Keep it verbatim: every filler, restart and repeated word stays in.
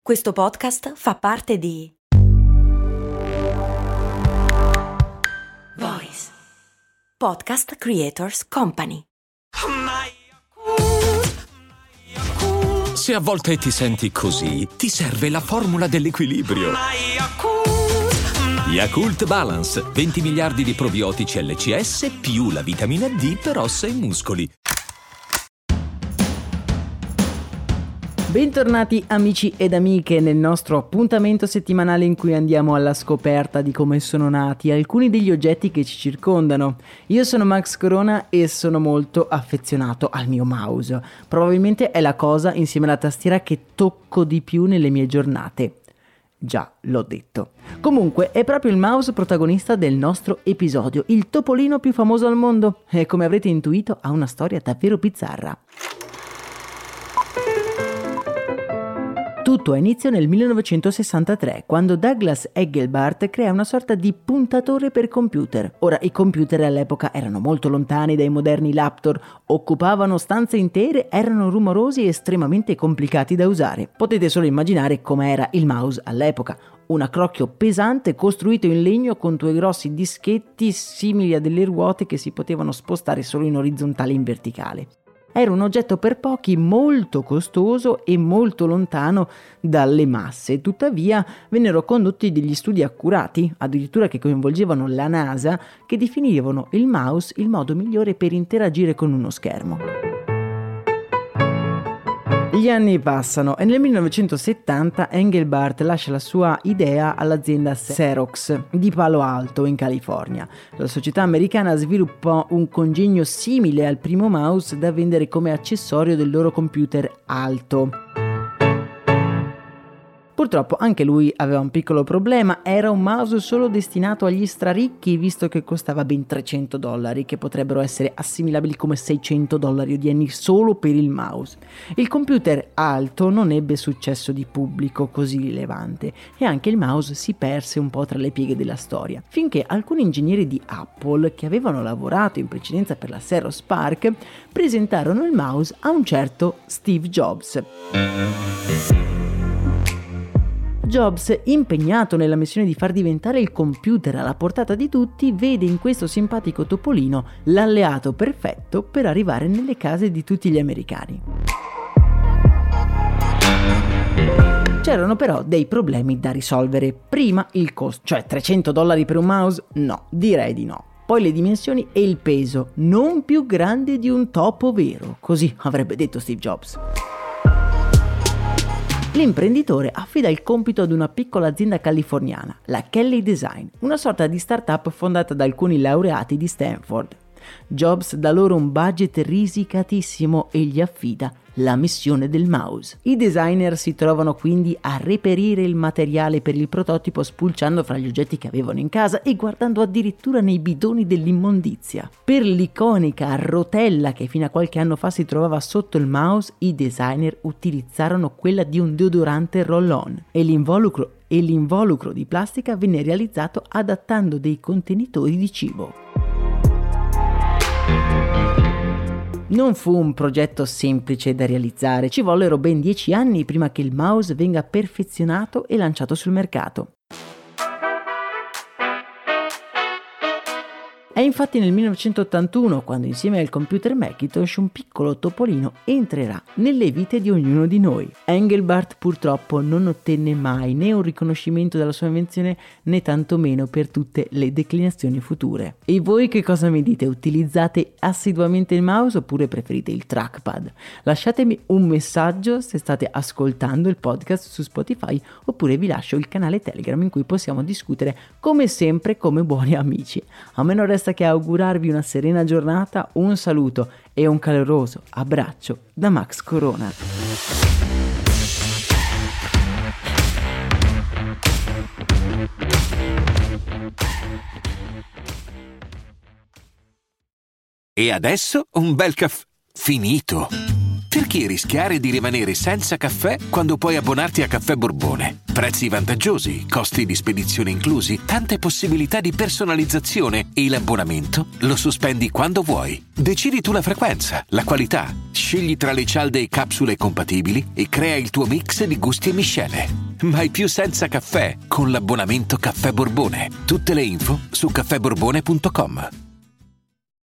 Questo podcast fa parte di Voice Podcast Creators Company. Se a volte ti senti così, ti serve la formula dell'equilibrio. Yakult Balance, venti miliardi di probiotici L C S più la vitamina D per ossa e muscoli. Bentornati amici ed amiche nel nostro appuntamento settimanale in cui andiamo alla scoperta di come sono nati alcuni degli oggetti che ci circondano. Io sono Max Corona e sono molto affezionato al mio mouse. Probabilmente è la cosa insieme alla tastiera che tocco di più nelle mie giornate. Già, l'ho detto. Comunque, è proprio il mouse protagonista del nostro episodio, il topolino più famoso al mondo. E come avrete intuito, ha una storia davvero bizzarra. Tutto ha inizio nel millenovecentosessantatré, quando Douglas Engelbart crea una sorta di puntatore per computer. Ora, i computer all'epoca erano molto lontani dai moderni laptop, occupavano stanze intere, erano rumorosi e estremamente complicati da usare. Potete solo immaginare com'era il mouse all'epoca. Un accrocchio pesante costruito in legno con due grossi dischetti simili a delle ruote che si potevano spostare solo in orizzontale e in verticale. Era un oggetto per pochi molto costoso e molto lontano dalle masse, tuttavia vennero condotti degli studi accurati, addirittura che coinvolgevano la NASA, che definivano il mouse il modo migliore per interagire con uno schermo. Gli anni passano e nel millenovecentosettanta Engelbart lascia la sua idea all'azienda Xerox di Palo Alto in California. La società americana sviluppò un congegno simile al primo mouse da vendere come accessorio del loro computer Alto. Purtroppo anche lui aveva un piccolo problema, era un mouse solo destinato agli straricchi, visto che costava ben trecento dollari, che potrebbero essere assimilabili come seicento dollari odierni solo per il mouse. Il computer Alto non ebbe successo di pubblico così rilevante e anche il mouse si perse un po' tra le pieghe della storia, finché alcuni ingegneri di Apple, che avevano lavorato in precedenza per la Xerox PARC, presentarono il mouse a un certo Steve Jobs. Jobs, impegnato nella missione di far diventare il computer alla portata di tutti, vede in questo simpatico topolino l'alleato perfetto per arrivare nelle case di tutti gli americani. C'erano però dei problemi da risolvere. Prima il costo, cioè trecento dollari per un mouse? No, direi di no. Poi le dimensioni e il peso, non più grande di un topo vero, così avrebbe detto Steve Jobs. L'imprenditore affida il compito ad una piccola azienda californiana, la Kelly Design, una sorta di startup fondata da alcuni laureati di Stanford. Jobs dà loro un budget risicatissimo e gli affida la missione del mouse. I designer si trovano quindi a reperire il materiale per il prototipo spulciando fra gli oggetti che avevano in casa e guardando addirittura nei bidoni dell'immondizia. Per l'iconica rotella che fino a qualche anno fa si trovava sotto il mouse, i designer utilizzarono quella di un deodorante roll-on e l'involucro, e l'involucro di plastica venne realizzato adattando dei contenitori di cibo. Non fu un progetto semplice da realizzare, ci vollero ben dieci anni prima che il mouse venga perfezionato e lanciato sul mercato. È infatti nel millenovecentottantuno quando insieme al computer Macintosh un piccolo topolino entrerà nelle vite di ognuno di noi. Engelbart purtroppo non ottenne mai né un riconoscimento della sua invenzione né tantomeno per tutte le declinazioni future. E voi che cosa mi dite? Utilizzate assiduamente il mouse oppure preferite il trackpad? Lasciatemi un messaggio se state ascoltando il podcast su Spotify oppure vi lascio il canale Telegram in cui possiamo discutere come sempre come buoni amici. A me non resta che augurarvi una serena giornata, un saluto e un caloroso abbraccio da Max Corona. E adesso un bel caffè finito. Perché rischiare di rimanere senza caffè quando puoi abbonarti a Caffè Borbone? Prezzi vantaggiosi, costi di spedizione inclusi, tante possibilità di personalizzazione e l'abbonamento lo sospendi quando vuoi. Decidi tu la frequenza, la qualità, scegli tra le cialde e capsule compatibili e crea il tuo mix di gusti e miscele. Mai più senza caffè con l'abbonamento Caffè Borbone. Tutte le info su caffè borbone punto com.